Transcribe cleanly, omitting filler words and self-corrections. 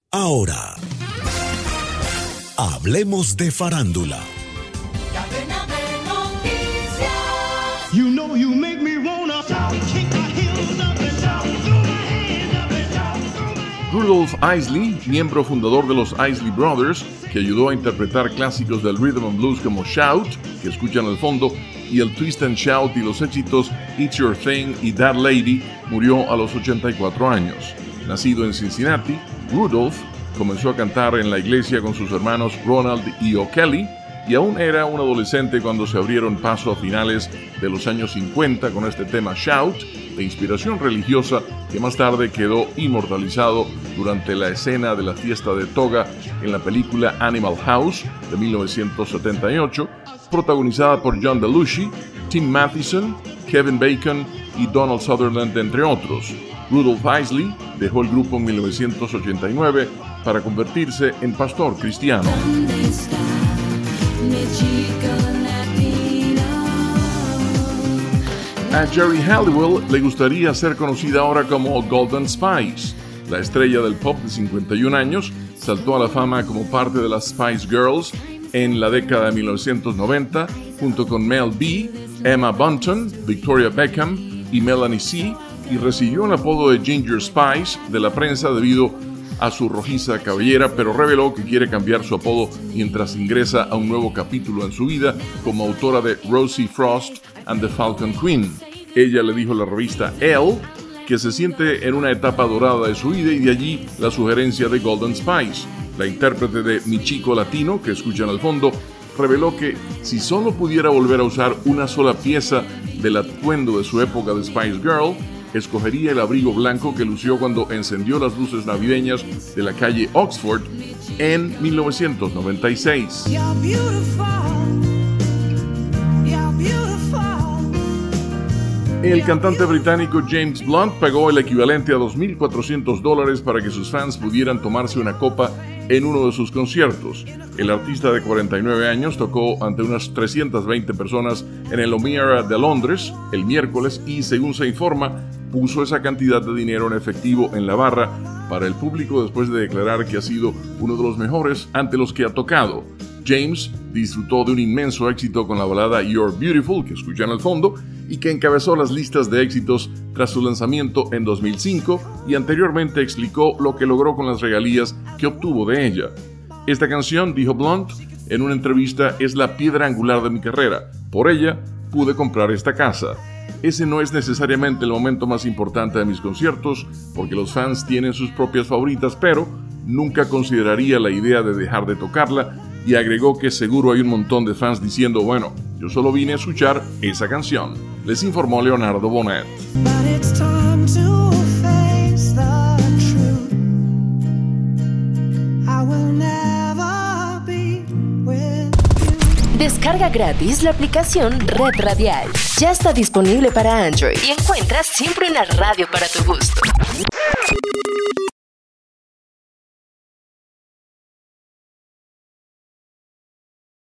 Ahora, hablemos de farándula. You know you make me wanna kick my heels up and down, throw my hands up and down, throw my hands. Rudolph Isley, miembro fundador de los Isley Brothers, que ayudó a interpretar clásicos del rhythm and blues como Shout, que escuchan al fondo, y el Twist and Shout y los éxitos It's Your Thing y That Lady, murió a los 84 años. Nacido en Cincinnati, Rudolph comenzó a cantar en la iglesia con sus hermanos Ronald y O'Kelly, y aún era un adolescente cuando se abrieron paso a finales de los años 50 con este tema Shout, de inspiración religiosa, que más tarde quedó inmortalizado durante la escena de la fiesta de toga en la película Animal House de 1978, protagonizada por John Belushi, Tim Matheson, Kevin Bacon y Donald Sutherland, entre otros. Rudolph Isley dejó el grupo en 1989 para convertirse en pastor cristiano. A Jerry Halliwell le gustaría ser conocida ahora como Golden Spice. La estrella del pop de 51 años saltó a la fama como parte de las Spice Girls en la década de 1990, junto con Mel B, Emma Bunton, Victoria Beckham y Melanie C, y recibió el apodo de Ginger Spice de la prensa debido a su rojiza cabellera, pero reveló que quiere cambiar su apodo mientras ingresa a un nuevo capítulo en su vida como autora de Rosie Frost and the Falcon Queen. Ella le dijo a la revista Elle que se siente en una etapa dorada de su vida, y de allí la sugerencia de Golden Spice. La intérprete de Mi Chico Latino, que escuchan al fondo, reveló que si solo pudiera volver a usar una sola pieza del atuendo de su época de Spice Girl, escogería el abrigo blanco que lució cuando encendió las luces navideñas de la calle Oxford en 1996. El cantante británico James Blunt pagó el equivalente a $2,400 para que sus fans pudieran tomarse una copa en uno de sus conciertos. El artista de 49 años tocó ante unas 320 personas en el O'Meara de Londres el miércoles y, según se informa, puso esa cantidad de dinero en efectivo en la barra para el público después de declarar que ha sido uno de los mejores ante los que ha tocado. James disfrutó de un inmenso éxito con la balada You're Beautiful, que escuchan al fondo, y que encabezó las listas de éxitos tras su lanzamiento en 2005, y anteriormente explicó lo que logró con las regalías que obtuvo de ella. Esta canción, dijo Blunt en una entrevista, es la piedra angular de mi carrera. Por ella pude comprar esta casa. Ese no es necesariamente el momento más importante de mis conciertos, porque los fans tienen sus propias favoritas, pero nunca consideraría la idea de dejar de tocarla, y agregó que seguro hay un montón de fans diciendo, bueno, yo solo vine a escuchar esa canción. Les informó Leonardo Bonet. Descarga gratis la aplicación Red Radial. Ya está disponible para Android y encuentras siempre una radio para tu gusto.